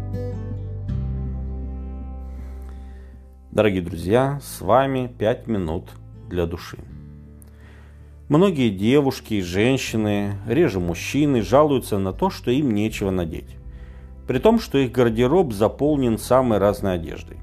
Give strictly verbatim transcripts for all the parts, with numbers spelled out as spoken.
Дорогие друзья, с вами пять минут для души. Многие девушки и женщины, реже мужчины, жалуются на то, что им нечего надеть. При том, что их гардероб заполнен самой разной одеждой.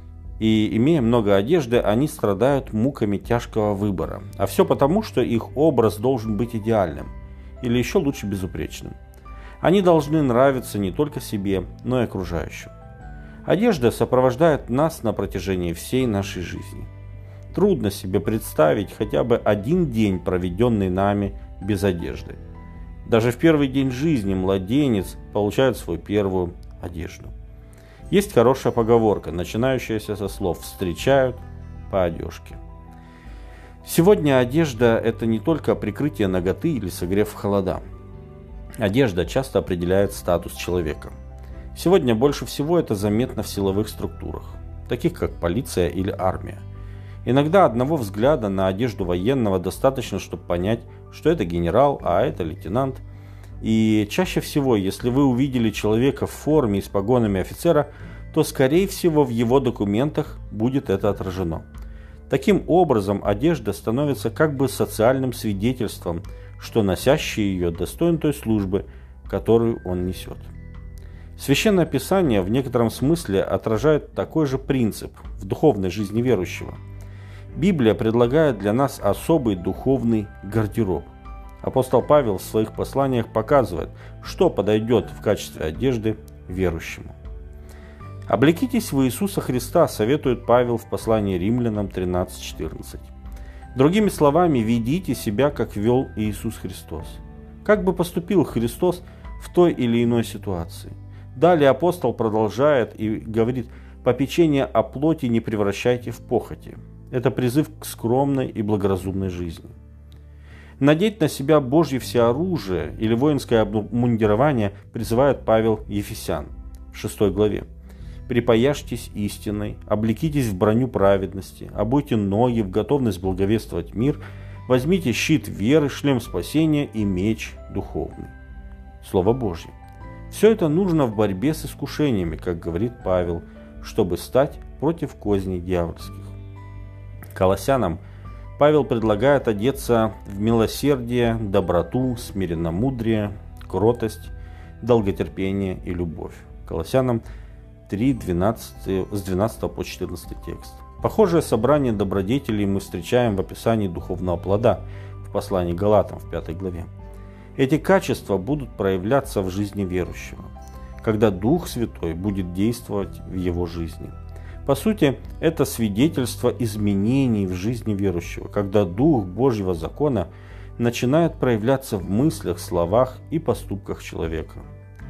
И, имея много одежды, они страдают муками тяжкого выбора. А все потому, что их образ должен быть идеальным, или еще лучше безупречным. Они должны нравиться не только себе, но и окружающим. Одежда сопровождает нас на протяжении всей нашей жизни. Трудно себе представить хотя бы один день, проведенный нами без одежды. Даже в первый день жизни младенец получает свою первую одежду. Есть хорошая поговорка, начинающаяся со слов «встречают по одежке». Сегодня одежда – это не только прикрытие наготы или согрев холода. Одежда часто определяет статус человека. Сегодня больше всего это заметно в силовых структурах, таких как полиция или армия. Иногда одного взгляда на одежду военного достаточно, чтобы понять, что это генерал, а это лейтенант. И чаще всего, если вы увидели человека в форме и с погонами офицера, то, скорее всего, в его документах будет это отражено. Таким образом, одежда становится как бы социальным свидетельством, что носящий ее достоин той службы, которую он несет. Священное Писание в некотором смысле отражает такой же принцип в духовной жизни верующего. Библия предлагает для нас особый духовный гардероб. Апостол Павел в своих посланиях показывает, что подойдет в качестве одежды верующему. «Облекитесь в Иисуса Христа», советует Павел в послании Римлянам тринадцать четырнадцать. Другими словами, ведите себя, как вел Иисус Христос. Как бы поступил Христос в той или иной ситуации? Далее апостол продолжает и говорит: «Попечение о плоти не превращайте в похоти». Это призыв к скромной и благоразумной жизни. Надеть на себя Божье всеоружие или воинское обмундирование призывает Павел Ефесян в шестой главе. «Припояжьтесь истиной, облекитесь в броню праведности, обуйте ноги в готовность благовествовать мир, возьмите щит веры, шлем спасения и меч духовный». Слово Божье. Все это нужно в борьбе с искушениями, как говорит Павел, чтобы стать против козней дьявольских. Колоссянам Павел предлагает одеться в милосердие, доброту, смиренномудрие, кротость, долготерпение и любовь. Колоссянам три, двенадцать, с двенадцатого по четырнадцатый текст. Похожее собрание добродетелей мы встречаем в описании духовного плода в послании Галатам в пятой главе. Эти качества будут проявляться в жизни верующего, когда Дух Святой будет действовать в его жизни. По сути, это свидетельство изменений в жизни верующего, когда Дух Божьего закона начинает проявляться в мыслях, словах и поступках человека.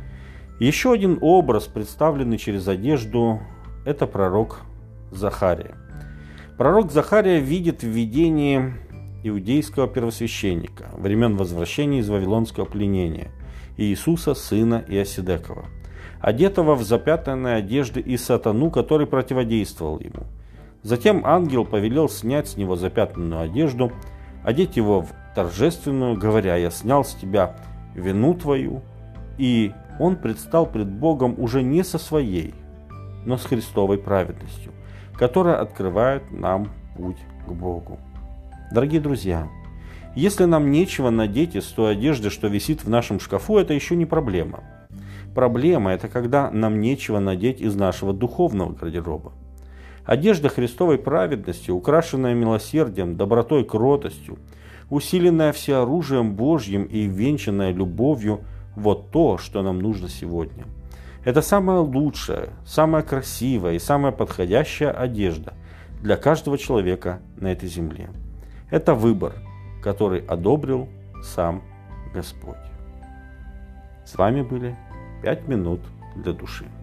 Еще один образ, представленный через одежду, это пророк Захария. Пророк Захария видит в видении иудейского первосвященника времен возвращения из вавилонского пленения Иисуса, сына Иосидекова, одетого в запятнанные одежды, и сатану, который противодействовал ему. Затем ангел повелел снять с него запятнанную одежду, одеть его в торжественную, говоря: «Я снял с тебя вину твою», и он предстал пред Богом уже не со своей, но с Христовой праведностью, которая открывает нам путь к Богу. Дорогие друзья, если нам нечего надеть из той одежды, что висит в нашем шкафу, это еще не проблема. Проблема – это когда нам нечего надеть из нашего духовного гардероба. Одежда Христовой праведности, украшенная милосердием, добротой, кротостью, усиленная всеоружием Божьим и венчанная любовью – вот то, что нам нужно сегодня. Это самая лучшая, самая красивая и самая подходящая одежда для каждого человека на этой земле. Это выбор, который одобрил сам Господь. С вами были пять минут для души.